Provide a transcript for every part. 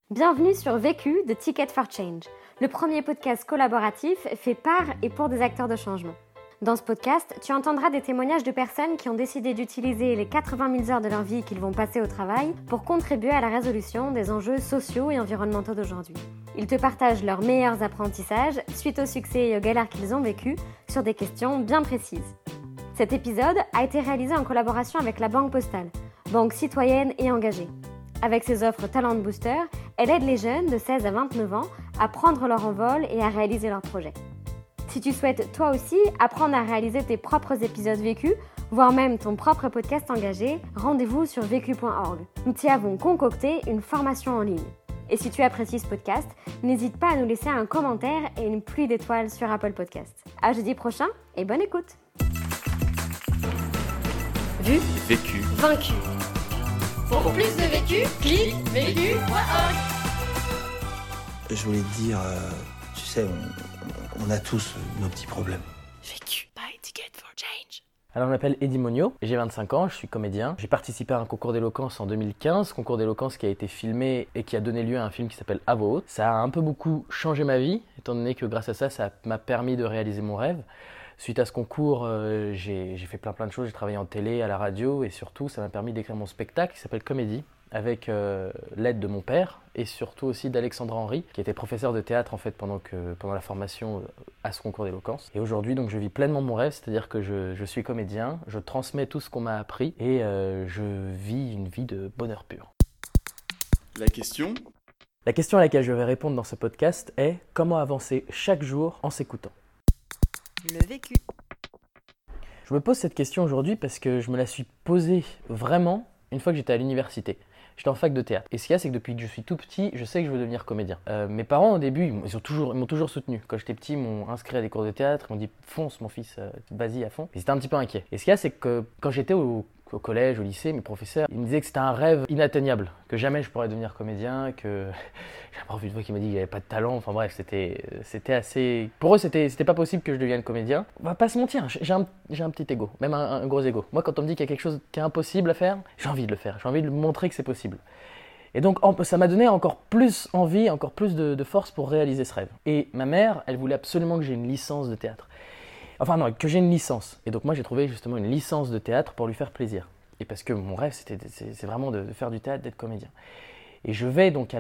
Bienvenue sur Vécu de Ticket for Change, le premier podcast collaboratif fait par et pour des acteurs de changement. Dans ce podcast, tu entendras des témoignages de personnes qui ont décidé d'utiliser les 80 000 heures de leur vie qu'ils vont passer au travail pour contribuer à la résolution des enjeux sociaux et environnementaux d'aujourd'hui. Ils te partagent leurs meilleurs apprentissages suite aux succès et aux galères qu'ils ont vécus sur des questions bien précises. Cet épisode a été réalisé en collaboration avec la Banque Postale, banque citoyenne et engagée. Avec ses offres Talent Booster, elle aide les jeunes de 16 à 29 ans à prendre leur envol et à réaliser leurs projets. Si tu souhaites toi aussi apprendre à réaliser tes propres épisodes vécus, voire même ton propre podcast engagé, rendez-vous sur vécu.org. Nous t'y avons concocté une formation en ligne. Et si tu apprécies ce podcast, n'hésite pas à nous laisser un commentaire et une pluie d'étoiles sur Apple Podcasts. À jeudi prochain et bonne écoute. Vu, vécu, vaincu. Pour plus de vécu, clique vécu.org. Je voulais te dire, tu sais, on a tous nos petits problèmes. Vécu by Ticket for Change. Alors je m'appelle Eddy Monio, j'ai 25 ans, je suis comédien. J'ai participé à un concours d'éloquence en 2015, concours d'éloquence qui a été filmé et qui a donné lieu à un film qui s'appelle À voix haute. Ça a un peu beaucoup changé ma vie, étant donné que grâce à ça, ça m'a permis de réaliser mon rêve. Suite à ce concours, j'ai fait plein de choses, j'ai travaillé en télé, à la radio et surtout ça m'a permis d'écrire mon spectacle qui s'appelle Comédie avec l'aide de mon père et surtout aussi d'Alexandra Henry qui était professeur de théâtre en fait pendant la formation à ce concours d'éloquence. Et aujourd'hui donc je vis pleinement mon rêve, c'est-à-dire que je suis comédien, je transmets tout ce qu'on m'a appris et je vis une vie de bonheur pur. La question à laquelle je vais répondre dans ce podcast est comment avancer chaque jour en s'écoutant. Le vécu. Je me pose cette question aujourd'hui parce que je me la suis posée vraiment une fois que j'étais à l'université. J'étais en fac de théâtre. Et ce qu'il y a, c'est que depuis que je suis tout petit, je sais que je veux devenir comédien. Mes parents, au début, ils m'ont toujours soutenu. Quand j'étais petit, ils m'ont inscrit à des cours de théâtre. Ils m'ont dit « Fonce, mon fils, vas-y à fond ». Ils étaient un petit peu inquiets. Et ce qu'il y a, c'est que quand j'étais au collège, au lycée, mes professeurs, ils me disaient que c'était un rêve inatteignable, que jamais je pourrais devenir comédien, que j'ai un prof une fois qui m'a dit qu'il n'y avait pas de talent. Enfin bref, c'était assez... Pour eux, c'était pas possible que je devienne comédien. On va pas se mentir, j'ai un petit ego, même un gros ego. Moi, quand on me dit qu'il y a quelque chose qui est impossible à faire, j'ai envie de le faire. J'ai envie de montrer que c'est possible. Et donc, ça m'a donné encore plus envie, encore plus de force pour réaliser ce rêve. Et ma mère, elle voulait absolument que j'ai une licence de théâtre. Enfin non, que j'ai une licence. Et donc moi, j'ai trouvé justement une licence de théâtre pour lui faire plaisir. Et parce que mon rêve, c'est vraiment de faire du théâtre, d'être comédien. Et je vais donc à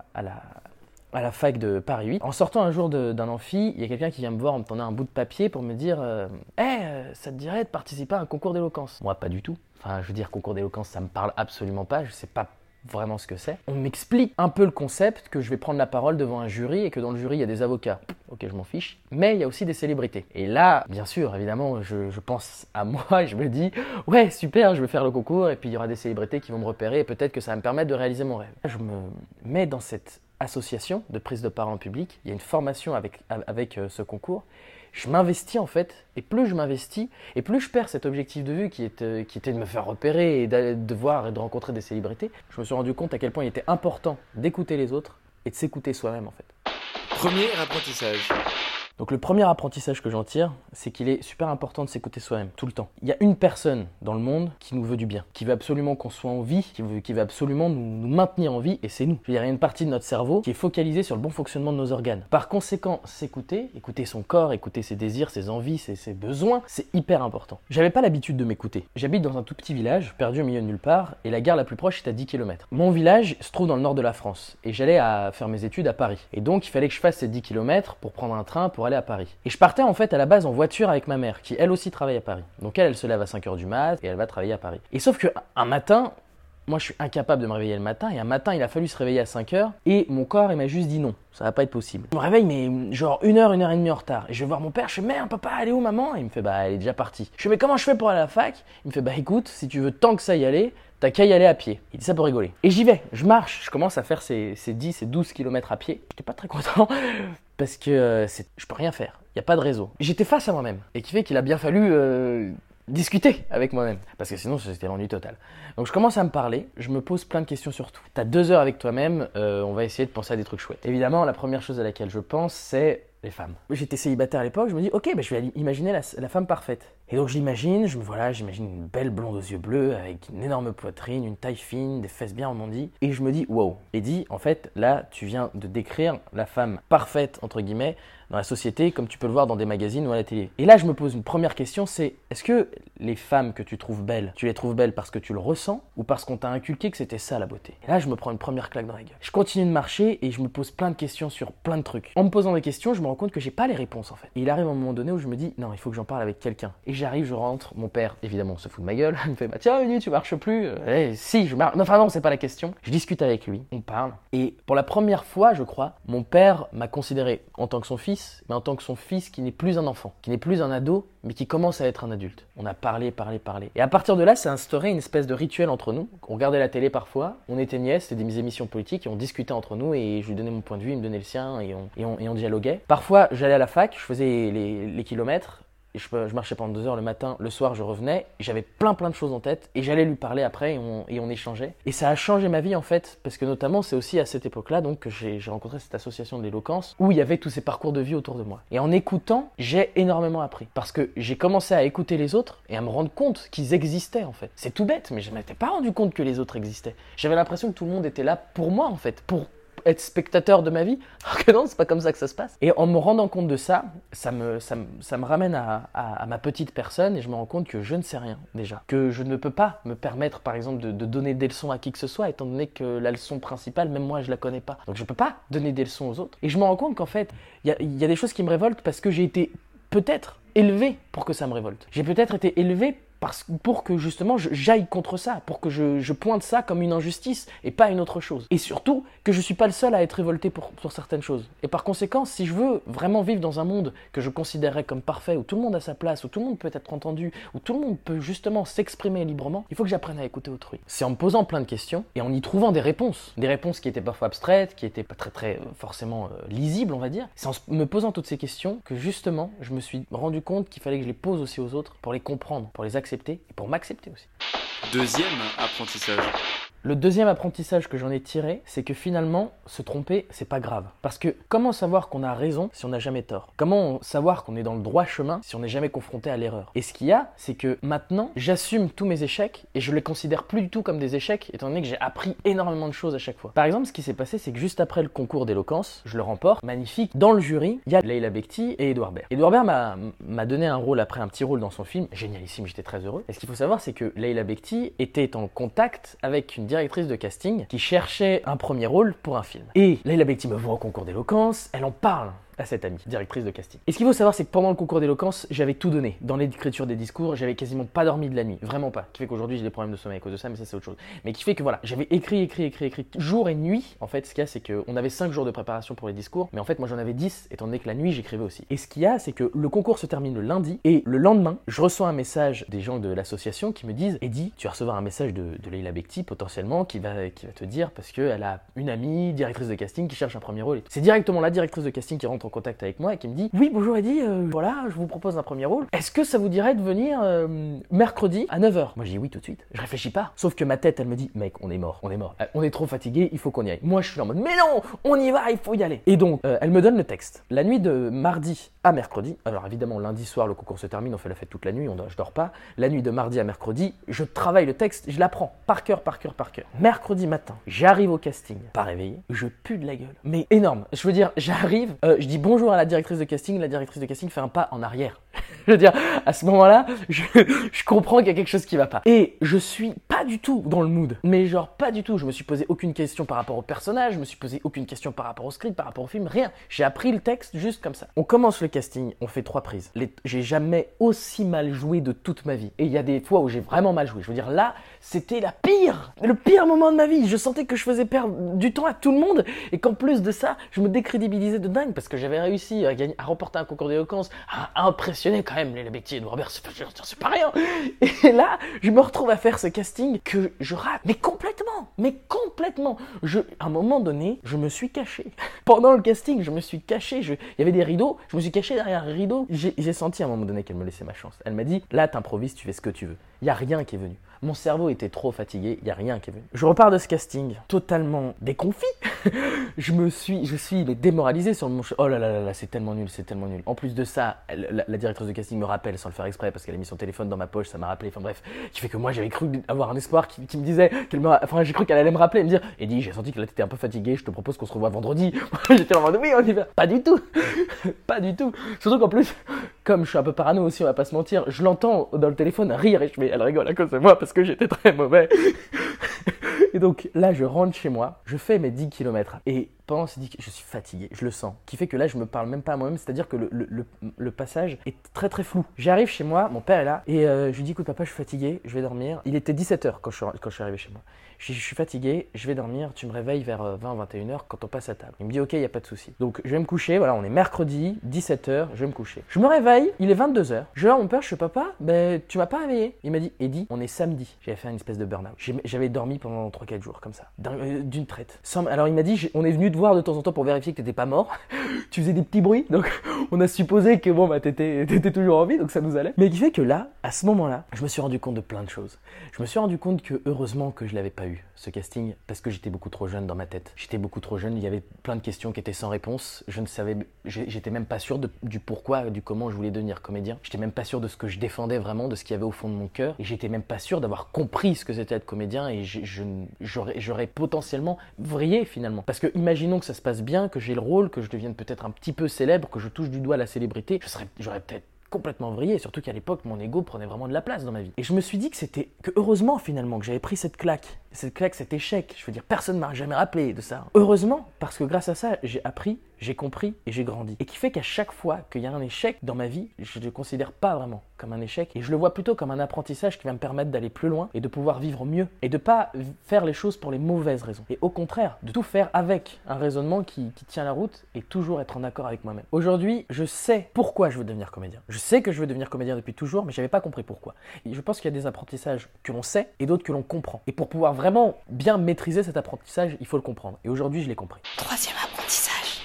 la fac de Paris 8. En sortant un jour d'un amphi, il y a quelqu'un qui vient me voir en me tendant un bout de papier pour me dire ça te dirait de participer à un concours d'éloquence ?» Moi, pas du tout. Enfin, je veux dire, concours d'éloquence, ça me parle absolument pas. Je sais pas vraiment ce que c'est. On m'explique un peu le concept, que je vais prendre la parole devant un jury et que dans le jury, il y a des avocats. Ok, je m'en fiche. Mais il y a aussi des célébrités. Et là, bien sûr, évidemment, je pense à moi et je me dis « Ouais, super, je vais faire le concours et puis il y aura des célébrités qui vont me repérer et peut-être que ça va me permettre de réaliser mon rêve. » Je me mets dans cette association de prise de parole en public. Il y a une formation avec ce concours. Je m'investis en fait, et plus je m'investis, et plus je perds cet objectif de vue qui était de me faire repérer et de voir et de rencontrer des célébrités. Je me suis rendu compte à quel point il était important d'écouter les autres et de s'écouter soi-même en fait. Premier apprentissage. Donc le premier apprentissage que j'en tire, c'est qu'il est super important de s'écouter soi-même, tout le temps. Il y a une personne dans le monde qui nous veut du bien, qui veut absolument qu'on soit en vie, qui veut absolument nous maintenir en vie, et c'est nous. Il y a une partie de notre cerveau qui est focalisée sur le bon fonctionnement de nos organes. Par conséquent, s'écouter, écouter son corps, écouter ses désirs, ses envies, ses besoins, c'est hyper important. J'avais pas l'habitude de m'écouter. J'habite dans un tout petit village, perdu au milieu de nulle part, et la gare la plus proche est à 10 km. Mon village se trouve dans le nord de la France, et j'allais faire mes études à Paris. Et donc, il fallait que je fasse ces 10 km pour prendre un train pour aller à Paris. Et je partais en fait à la base en voiture avec ma mère, qui elle aussi travaille à Paris. Donc elle se lève à 5h du mat et elle va travailler à Paris. Et sauf qu'un matin, moi je suis incapable de me réveiller le matin, et un matin il a fallu se réveiller à 5h, et mon corps il m'a juste dit non, ça va pas être possible. Je me réveille mais genre 1h et demie en retard, et je vais voir mon père, je fais merde papa, elle est où maman? Et il me fait bah elle est déjà partie. Je fais mais comment je fais pour aller à la fac? Il me fait bah écoute, si tu veux tant que ça y aller, t'as qu'à y aller à pied. Il dit ça pour rigoler. Et j'y vais, je marche, je commence à faire ces 10 et 12 km à pied. J'étais pas très content parce que je peux rien faire, il n'y a pas de réseau. J'étais face à moi-même, et qui fait qu'il a bien fallu discuter avec moi-même, parce que sinon c'était l'ennui total. Donc je commence à me parler, je me pose plein de questions sur tout. T'as 2 heures avec toi-même, on va essayer de penser à des trucs chouettes. Évidemment, la première chose à laquelle je pense, c'est les femmes. J'étais célibataire à l'époque, je me dis ok, je vais imaginer la femme parfaite. Et donc j'imagine une belle blonde aux yeux bleus avec une énorme poitrine, une taille fine, des fesses bien arrondies. Et je me dis wow. Et dit en fait là tu viens de décrire la femme parfaite entre guillemets dans la société comme tu peux le voir dans des magazines ou à la télé. Et là je me pose une première question, c'est est-ce que les femmes que tu trouves belles parce que tu le ressens ou parce qu'on t'a inculqué que c'était ça la beauté? Et là je me prends une première claque dans la gueule. Je continue de marcher et je me pose plein de questions sur plein de trucs. En me posant des questions, je me rends compte que j'ai pas les réponses en fait. Et il arrive un moment donné où je me dis non, il faut que j'en parle avec quelqu'un. Et j'arrive, je rentre, mon père évidemment se fout de ma gueule, il me fait tiens Uni, tu marches plus? Si, je marche. Enfin non, c'est pas la question. Je discute avec lui, on parle et pour la première fois, je crois, mon père m'a considéré en tant que son fils, mais en tant que son fils qui n'est plus un enfant, qui n'est plus un ado, mais qui commence à être un adulte. On a parlé. Et à partir de là, ça a instauré une espèce de rituel entre nous. On regardait la télé parfois, on éteignait, c'était des émissions politiques et on discutait entre nous et je lui donnais mon point de vue, il me donnait le sien et on dialoguait. Parfois, j'allais à la fac, je faisais les kilomètres. Et je marchais pendant 2 heures le matin, le soir je revenais, j'avais plein de choses en tête et j'allais lui parler après et on échangeait. Et ça a changé ma vie en fait, parce que notamment c'est aussi à cette époque-là donc que j'ai rencontré cette association de l'éloquence où il y avait tous ces parcours de vie autour de moi. Et en écoutant, j'ai énormément appris parce que j'ai commencé à écouter les autres et à me rendre compte qu'ils existaient en fait. C'est tout bête, mais je ne m'étais pas rendu compte que les autres existaient. J'avais l'impression que tout le monde était là pour moi en fait, pour être spectateur de ma vie, alors que non, c'est pas comme ça que ça se passe. Et en me rendant compte de ça, ça me ramène à ma petite personne et je me rends compte que je ne sais rien déjà. Que je ne peux pas me permettre par exemple de donner des leçons à qui que ce soit étant donné que la leçon principale, même moi je la connais pas. Donc je peux pas donner des leçons aux autres. Et je me rends compte qu'en fait, il y a des choses qui me révoltent parce que j'ai été peut-être élevé pour que ça me révolte. J'ai peut-être été élevé pour que justement j'aille contre ça, pour que je pointe ça comme une injustice et pas une autre chose. Et surtout que je suis pas le seul à être révolté pour certaines choses. Et par conséquent, si je veux vraiment vivre dans un monde que je considérerais comme parfait, où tout le monde a sa place, où tout le monde peut être entendu, où tout le monde peut justement s'exprimer librement, il faut que j'apprenne à écouter autrui. C'est en me posant plein de questions et en y trouvant des réponses qui étaient parfois abstraites, qui étaient pas très forcément lisibles on va dire. C'est en me posant toutes ces questions que justement je me suis rendu compte qu'il fallait que je les pose aussi aux autres pour les comprendre, pour les accepter et pour m'accepter aussi. Deuxième apprentissage. Le deuxième apprentissage que j'en ai tiré, c'est que finalement, se tromper, c'est pas grave. Parce que comment savoir qu'on a raison si on n'a jamais tort? Comment savoir qu'on est dans le droit chemin si on n'est jamais confronté à l'erreur? Et ce qu'il y a, c'est que maintenant, j'assume tous mes échecs et je les considère plus du tout comme des échecs, étant donné que j'ai appris énormément de choses à chaque fois. Par exemple, ce qui s'est passé, c'est que juste après le concours d'éloquence, je le remporte, magnifique. Dans le jury, il y a Leila Bekti et Edouard Baird. Edouard Baird m'a donné un rôle après un petit rôle dans son film, génialissime, j'étais très heureux. Et ce qu'il faut savoir, c'est que Leila Bekti était en contact avec une directrice de casting qui cherchait un premier rôle pour un film. Et Leila Bekti me voit au concours d'éloquence, elle en parle à cette amie, directrice de casting. Et ce qu'il faut savoir, c'est que pendant le concours d'éloquence, j'avais tout donné. Dans l'écriture des discours, j'avais quasiment pas dormi de la nuit. Vraiment pas. Qui fait qu'aujourd'hui, j'ai des problèmes de sommeil à cause de ça, mais ça, c'est autre chose. Mais qui fait que voilà, j'avais écrit jour et nuit. En fait, ce qu'il y a, c'est qu'on avait 5 jours de préparation pour les discours, mais en fait, moi, j'en avais 10, étant donné que la nuit, j'écrivais aussi. Et ce qu'il y a, c'est que le concours se termine le lundi, et le lendemain, je reçois un message des gens de l'association qui me disent Eddy, tu vas recevoir un message de Leila Bekti, potentiellement, qui va te dire, parce qu'elle a une amie, directrice de casting, qui cherche un premier rôle. C'est directement la directrice de casting qui rentre en contact avec moi et qui me dit oui bonjour Eddy, voilà je vous propose un premier rôle, est-ce que ça vous dirait de venir mercredi à 9h? Moi je dis oui tout de suite, je réfléchis pas, sauf que ma tête elle me dit mec on est mort, on est trop fatigué, il faut qu'on y aille. Moi je suis en mode mais non, on y va, il faut y aller. Et donc elle me donne le texte. La nuit de mardi à mercredi, alors évidemment lundi soir le concours se termine, on fait la fête toute la nuit, je dors pas. La nuit de mardi à mercredi, je travaille le texte, je l'apprends par cœur. Mercredi matin, j'arrive au casting, pas réveillé, je pue de la gueule, mais énorme. Je veux dire, j'arrive, je dis bonjour à la directrice de casting fait un pas en arrière. Je veux dire, à ce moment-là, je comprends qu'il y a quelque chose qui va pas. Et je suis pas du tout dans le mood. Mais genre pas du tout. Je me suis posé aucune question par rapport au personnage, je me suis posé aucune question par rapport au script, par rapport au film, rien. J'ai appris le texte juste comme ça. On commence le casting, on fait 3 prises. J'ai jamais aussi mal joué de toute ma vie. Et il y a des fois où j'ai vraiment mal joué. Je veux dire, là, c'était le pire moment de ma vie. Je sentais que je faisais perdre du temps à tout le monde et qu'en plus de ça, je me décrédibilisais de dingue parce que j'avais réussi à remporter un concours d'éloquence, à impressionner quand même Leila Bekti et Edouard Baird, c'est pas rien. Et là, je me retrouve à faire ce casting que je rate, mais complètement. À un moment donné, je me suis caché pendant le casting, je me suis caché, il y avait des rideaux, je me suis caché derrière un rideau. J'ai senti à un moment donné qu'elle me laissait ma chance. Elle m'a dit, là t'improvises, tu fais ce que tu veux. Il n'y a rien qui est venu. Mon cerveau était trop fatigué, il n'y a rien qui est venu. Je repars de ce casting totalement déconfit. je suis démoralisé sur mon... Oh là là là là, c'est tellement nul, c'est tellement nul. En plus de ça, la directrice de casting me rappelle sans le faire exprès parce qu'elle a mis son téléphone dans ma poche, ça m'a rappelé, enfin bref. Qui fait que moi j'avais cru avoir un espoir qui me disait, enfin j'ai cru qu'elle allait me rappeler et me dire, Eddie, j'ai senti que là t'étais un peu fatigué, je te propose qu'on se revoie vendredi. J'étais en mode, oui on y va. Pas du tout, pas du tout. Surtout qu'en plus, comme je suis un peu parano aussi, on va pas se mentir, je l'entends dans le téléphone rire et je fais, elle rigole à cause de moi parce que j'étais très mauvais. Et donc là, je rentre chez moi, je fais mes 10 km et pendant ces 10 km, je suis fatigué, je le sens. Qui fait que là, je me parle même pas à moi-même, c'est-à-dire que le passage est très très flou. J'arrive chez moi, mon père est là et je lui dis, écoute papa, je suis fatigué, je vais dormir. Il était 17h quand je suis arrivé chez moi. Je suis fatigué, je vais dormir, tu me réveilles vers 20-21h quand on passe à table. Il me dit ok, il n'y a pas de souci. Donc je vais me coucher, voilà, on est mercredi, 17h, je vais me coucher. Je me réveille, il est 22h. Je vais voir mon père, je fais papa, ben tu m'as pas réveillé. Il m'a dit, Eddie, on est samedi. J'avais fait une espèce de burn-out. J'avais dormi pendant 3-4 jours comme ça, d'une traite. Alors il m'a dit, on est venu te voir de temps en temps pour vérifier que t'étais pas mort. Tu faisais des petits bruits, donc on a supposé que bon bah t'étais toujours en vie, donc ça nous allait. Mais qui fait que là, à ce moment-là, je me suis rendu compte de plein de choses. Je me suis rendu compte que heureusement que je l'avais pas eu, ce casting, parce que j'étais beaucoup trop jeune dans ma tête. J'étais beaucoup trop jeune, il y avait plein de questions qui étaient sans réponse. J'étais même pas sûr du pourquoi, du comment je voulais devenir comédien. J'étais même pas sûr de ce que je défendais vraiment, de ce qu'il y avait au fond de mon cœur. Et j'étais même pas sûr d'avoir compris ce que c'était être comédien et j'aurais potentiellement vrillé finalement. Parce que imaginons que ça se passe bien, que j'ai le rôle, que je devienne peut-être un petit peu célèbre, que je touche du doigt la célébrité, j'aurais peut-être complètement vrillé, surtout qu'à l'époque, mon ego prenait vraiment de la place dans ma vie. Et je me suis dit que heureusement finalement que j'avais pris cette claque, cet échec. Je veux dire, personne ne m'a jamais rappelé de ça. Heureusement, parce que grâce à ça, j'ai appris, j'ai compris et j'ai grandi. Et qui fait qu'à chaque fois qu'il y a un échec dans ma vie, je ne le considère pas vraiment comme un échec et je le vois plutôt comme un apprentissage qui va me permettre d'aller plus loin et de pouvoir vivre mieux et de ne pas faire les choses pour les mauvaises raisons. Et au contraire, de tout faire avec un raisonnement qui tient la route et toujours être en accord avec moi-même. Aujourd'hui, je sais pourquoi je veux devenir comédien. Je sais que je veux devenir comédien depuis toujours, mais je n'avais pas compris pourquoi. Et je pense qu'il y a des apprentissages que l'on sait et d'autres que l'on comprend. Et pour pouvoir vraiment bien maîtriser cet apprentissage, il faut le comprendre. Et aujourd'hui, je l'ai compris. Troisième apprentissage.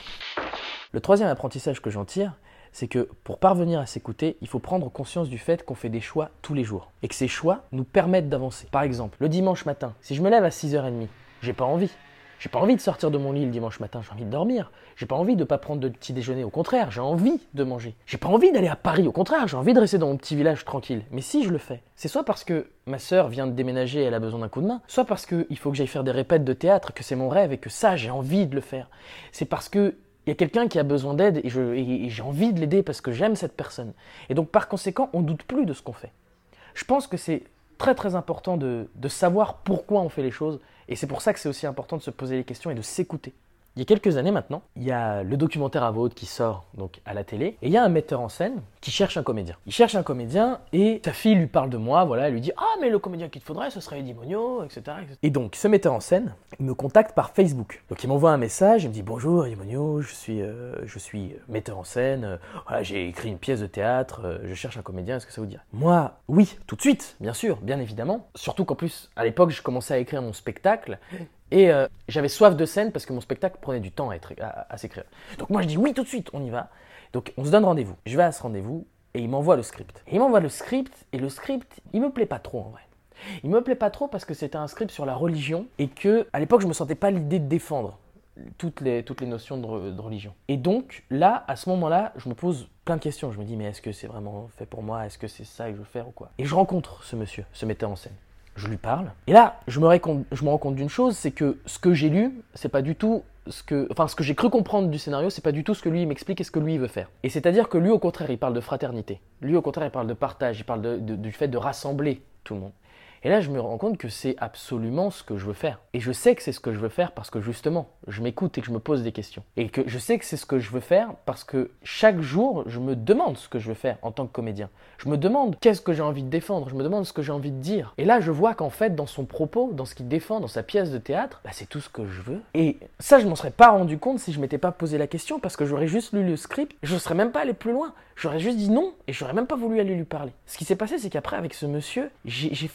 Le troisième apprentissage que j'en tire, c'est que pour parvenir à s'écouter, il faut prendre conscience du fait qu'on fait des choix tous les jours et que ces choix nous permettent d'avancer. Par exemple, le dimanche matin, si je me lève à 6h30, j'ai pas envie. J'ai pas envie de sortir de mon lit le dimanche matin, j'ai envie de dormir. J'ai pas envie de pas prendre de petit déjeuner, au contraire, j'ai envie de manger. J'ai pas envie d'aller à Paris, au contraire, j'ai envie de rester dans mon petit village tranquille. Mais si je le fais, c'est soit parce que ma sœur vient de déménager et elle a besoin d'un coup de main, soit parce qu'il faut que j'aille faire des répètes de théâtre, que c'est mon rêve et que ça, j'ai envie de le faire. C'est parce que il y a quelqu'un qui a besoin d'aide et j'ai envie de l'aider parce que j'aime cette personne. Et donc par conséquent, on ne doute plus de ce qu'on fait. Je pense que c'est très très important de savoir pourquoi on fait les choses et c'est pour ça que c'est aussi important de se poser les questions et de s'écouter. Il y a quelques années maintenant, il y a le documentaire À Voix Hautes qui sort donc à la télé et il y a un metteur en scène qui cherche un comédien. Il cherche un comédien et sa fille lui parle de moi, voilà, elle lui dit « Ah mais le comédien qu'il te faudrait, ce serait Eddie Mogno, etc. » Et donc ce metteur en scène me contacte par Facebook. Donc il m'envoie un message, il me dit « Bonjour Eddie Mogno, je suis metteur en scène, voilà, j'ai écrit une pièce de théâtre, je cherche un comédien, est-ce que ça vous dirait ?» Moi, oui, tout de suite, bien sûr, bien évidemment. Surtout qu'en plus, à l'époque, je commençais à écrire mon spectacle. Et j'avais soif de scène parce que mon spectacle prenait du temps à s'écrire. Donc moi je dis oui tout de suite, on y va. Donc on se donne rendez-vous. Je vais à ce rendez-vous et il m'envoie le script. Et le script, il me plaît pas trop en vrai. Il me plaît pas trop parce que c'était un script sur la religion et que à l'époque je me sentais pas l'idée de défendre toutes les notions de religion. Et donc là, à ce moment-là, je me pose plein de questions. Je me dis mais est-ce que c'est vraiment fait pour moi? Est-ce que c'est ça que je veux faire ou quoi? Et je rencontre ce monsieur, ce metteur en scène. Je lui parle. Et là, je me rends compte d'une chose, c'est que ce que j'ai lu, c'est pas du tout ce que j'ai cru comprendre du scénario, c'est pas du tout ce que lui m'explique et ce que lui veut faire. Et c'est-à-dire que lui, au contraire, il parle de fraternité. Lui, au contraire, il parle de partage, il parle du fait de rassembler tout le monde. Et là, je me rends compte que c'est absolument ce que je veux faire. Et je sais que c'est ce que je veux faire parce que justement, je m'écoute et que je me pose des questions. Et que je sais que c'est ce que je veux faire parce que chaque jour, je me demande ce que je veux faire en tant que comédien. Je me demande qu'est-ce que j'ai envie de défendre, je me demande ce que j'ai envie de dire. Et là, je vois qu'en fait, dans son propos, dans ce qu'il défend, dans sa pièce de théâtre, bah, c'est tout ce que je veux. Et ça, je m'en serais pas rendu compte si je m'étais pas posé la question parce que j'aurais juste lu le script, je serais même pas allé plus loin. J'aurais juste dit non et j'aurais même pas voulu aller lui parler. Ce qui s'est passé, c'est qu'après, avec ce monsieur, j'ai fait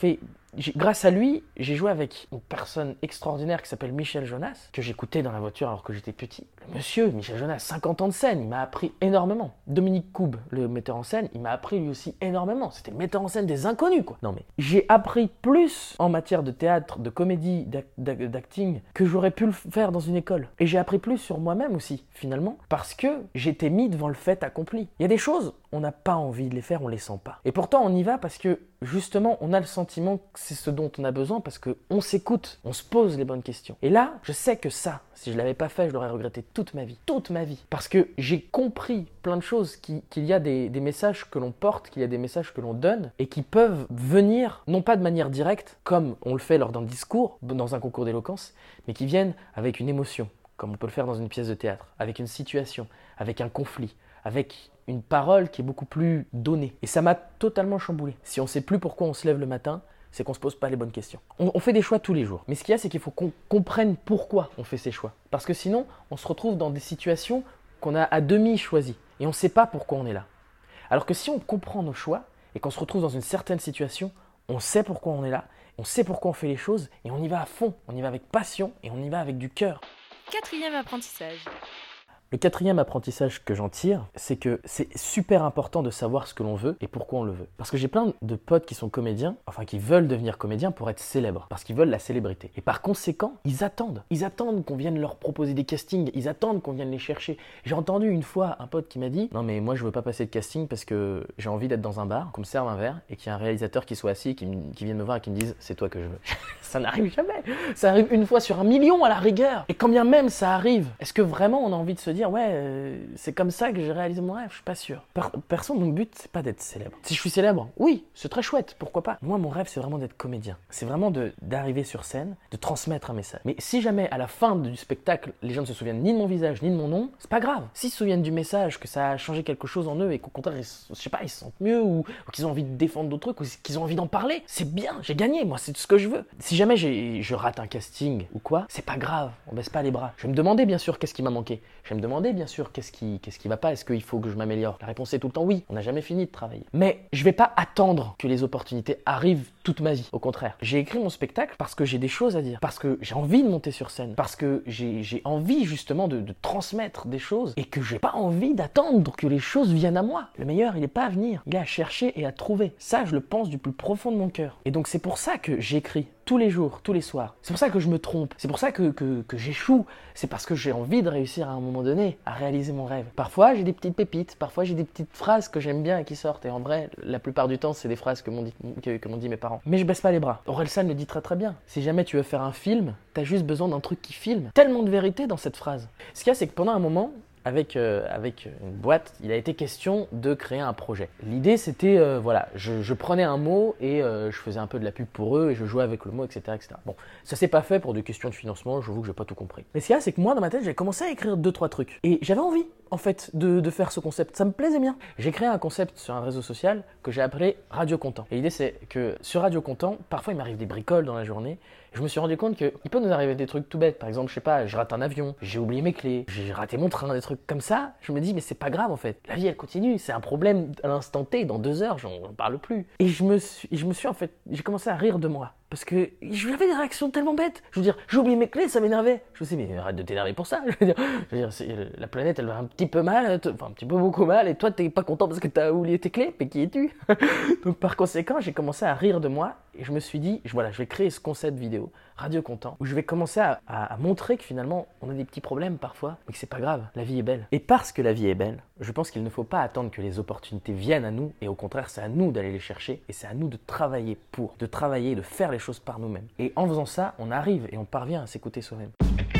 grâce à lui, j'ai joué avec une personne extraordinaire qui s'appelle Michel Jonas, que j'écoutais dans la voiture alors que j'étais petit. Le monsieur, Michel Jonas, 50 ans de scène, il m'a appris énormément. Dominique Coub, le metteur en scène, il m'a appris lui aussi énormément. C'était le metteur en scène des inconnus, quoi. Non mais, j'ai appris plus en matière de théâtre, de comédie, d'acting, que j'aurais pu le faire dans une école. Et j'ai appris plus sur moi-même aussi, finalement, parce que j'étais mis devant le fait accompli. Il y a des choses, on n'a pas envie de les faire, on les sent pas. Et pourtant, on y va parce que, justement, on a le sentiment que c'est ce dont on a besoin parce qu'on s'écoute, on se pose les bonnes questions. Et là, je sais que ça, si je l'avais pas fait, je l'aurais regretté toute ma vie. Parce que j'ai compris plein de choses, qu'il y a des messages que l'on porte, qu'il y a des messages que l'on donne et qui peuvent venir, non pas de manière directe, comme on le fait lors d'un discours, dans un concours d'éloquence, mais qui viennent avec une émotion, comme on peut le faire dans une pièce de théâtre, avec une situation, avec un conflit, avec une parole qui est beaucoup plus donnée. Et ça m'a totalement chamboulé. Si on ne sait plus pourquoi on se lève le matin, c'est qu'on ne se pose pas les bonnes questions. On fait des choix tous les jours. Mais ce qu'il y a, c'est qu'il faut qu'on comprenne pourquoi on fait ces choix. Parce que sinon, on se retrouve dans des situations qu'on a à demi choisies. Et on ne sait pas pourquoi on est là. Alors que si on comprend nos choix et qu'on se retrouve dans une certaine situation, on sait pourquoi on est là, on sait pourquoi on fait les choses et on y va à fond. On y va avec passion et on y va avec du cœur. 4e apprentissage. Le 4e apprentissage que j'en tire, c'est que c'est super important de savoir ce que l'on veut et pourquoi on le veut. Parce que j'ai plein de potes qui sont comédiens, enfin qui veulent devenir comédiens pour être célèbres, parce qu'ils veulent la célébrité. Et par conséquent, ils attendent qu'on vienne leur proposer des castings, ils attendent qu'on vienne les chercher. J'ai entendu une fois un pote qui m'a dit « Non mais moi je veux pas passer de casting parce que j'ai envie d'être dans un bar, qu'on me serve un verre et qu'il y a un réalisateur qui soit assis, qui vienne me voir et qui me dise « C'est toi que je veux ». Ça n'arrive jamais. Ça arrive une fois sur 1 million à la rigueur. Et quand bien même ça arrive, est-ce que vraiment on a envie de se dire ouais, c'est comme ça que j'ai réalisé mon rêve? Je suis pas sûr. Perso, mon but, c'est pas d'être célèbre. Si je suis célèbre, oui, c'est très chouette, pourquoi pas. Moi, mon rêve, c'est vraiment d'être comédien. C'est vraiment d'arriver sur scène, de transmettre un message. Mais si jamais, à la fin du spectacle, les gens ne se souviennent ni de mon visage, ni de mon nom, c'est pas grave. S'ils se souviennent du message, que ça a changé quelque chose en eux et qu'au contraire, ils se sentent mieux ou qu'ils ont envie de défendre d'autres trucs ou qu'ils ont envie d'en parler, c'est bien, j'ai gagné, moi, c'est tout ce que je veux. Si jamais je rate un casting ou quoi, c'est pas grave, on baisse pas les bras. Je vais me demander, bien sûr, qu'est-ce qui m'a manqué. Je vais me demander, bien sûr, qu'est-ce qui va pas, est-ce qu'il faut que je m'améliore? La réponse est tout le temps oui, on n'a jamais fini de travailler. Mais je vais pas attendre que les opportunités arrivent toute ma vie, au contraire. J'ai écrit mon spectacle parce que j'ai des choses à dire, parce que j'ai envie de monter sur scène, parce que j'ai envie justement de transmettre des choses et que j'ai pas envie d'attendre que les choses viennent à moi. Le meilleur, il est pas à venir, il est à chercher et à trouver. Ça, je le pense du plus profond de mon cœur. Et donc c'est pour ça que j'écris tous les jours, tous les soirs. C'est pour ça que je me trompe, c'est pour ça que j'échoue. C'est parce que j'ai envie de réussir à un moment donné à réaliser mon rêve. Parfois, j'ai des petites pépites, parfois j'ai des petites phrases que j'aime bien et qui sortent. Et en vrai, la plupart du temps, c'est des phrases que m'ont dit mes parents. Mais je baisse pas les bras. Orelsan le dit très très bien. Si jamais tu veux faire un film, t'as juste besoin d'un truc qui filme. Tellement de vérité dans cette phrase. Ce qu'il y a, c'est que pendant un moment, avec une boîte, il a été question de créer un projet. L'idée, c'était, je prenais un mot et je faisais un peu de la pub pour eux et je jouais avec le mot, etc. etc. Bon, ça s'est pas fait pour des questions de financement, j'avoue que j'ai pas tout compris. Mais ce qu'il y a, c'est que moi, dans ma tête, j'ai commencé à écrire 2-3 trucs. Et j'avais envie, en fait, de faire ce concept. Ça me plaisait bien. J'ai créé un concept sur un réseau social que j'ai appelé Radio Content. Et l'idée, c'est que sur Radio Content, parfois, il m'arrive des bricoles dans la journée. Et je me suis rendu compte qu'il peut nous arriver des trucs tout bêtes. Par exemple, je sais pas, je rate un avion, j'ai oublié mes clés, j'ai raté mon train, des trucs comme ça. Je me dis, mais c'est pas grave en fait. La vie, elle continue. C'est un problème à l'instant T. Dans 2 heures, j'en parle plus. Et je me suis en fait, j'ai commencé à rire de moi. Parce que j'avais des réactions tellement bêtes. Je veux dire, j'ai oublié mes clés, ça m'énervait. Je me suis dit, mais arrête de t'énerver pour ça. Je veux dire la planète, elle va un petit peu mal, enfin un petit peu beaucoup mal, et toi, t'es pas content parce que t'as oublié tes clés, mais qui es-tu? Donc par conséquent, j'ai commencé à rire de moi, et je me suis dit, je vais créer ce concept vidéo, Radio Content, où je vais commencer à montrer que finalement, on a des petits problèmes parfois, mais que c'est pas grave, la vie est belle. Et parce que la vie est belle, je pense qu'il ne faut pas attendre que les opportunités viennent à nous, et au contraire, c'est à nous d'aller les chercher, et c'est à nous de travailler de faire les choses par nous-mêmes. Et en faisant ça, on arrive et on parvient à s'écouter soi-même.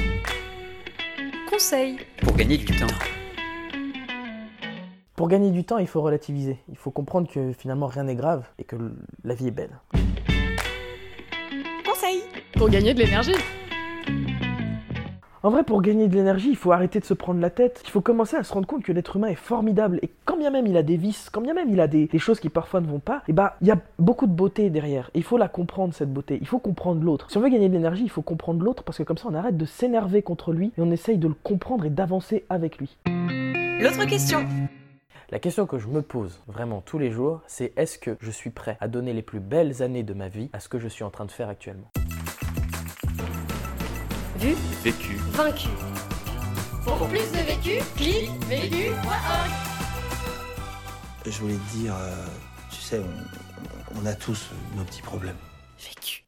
Conseil pour gagner du temps. Pour gagner du temps, il faut relativiser. Il faut comprendre que finalement rien n'est grave et que la vie est belle. Conseil pour gagner de l'énergie. En vrai, pour gagner de l'énergie, il faut arrêter de se prendre la tête. Il faut commencer à se rendre compte que l'être humain est formidable. Et quand bien même il a des vices, quand bien même il a des choses qui parfois ne vont pas, il y a beaucoup de beauté derrière. Et il faut la comprendre, cette beauté. Il faut comprendre l'autre. Si on veut gagner de l'énergie, il faut comprendre l'autre parce que comme ça, on arrête de s'énerver contre lui et on essaye de le comprendre et d'avancer avec lui. L'autre question. La question que je me pose vraiment tous les jours, c'est est-ce que je suis prêt à donner les plus belles années de ma vie à ce que je suis en train de faire actuellement? Vu, Vécu. vaincu. Pour plus de vécu, clique vécu.org. Je voulais te dire, tu sais, on a tous nos petits problèmes. Vécu.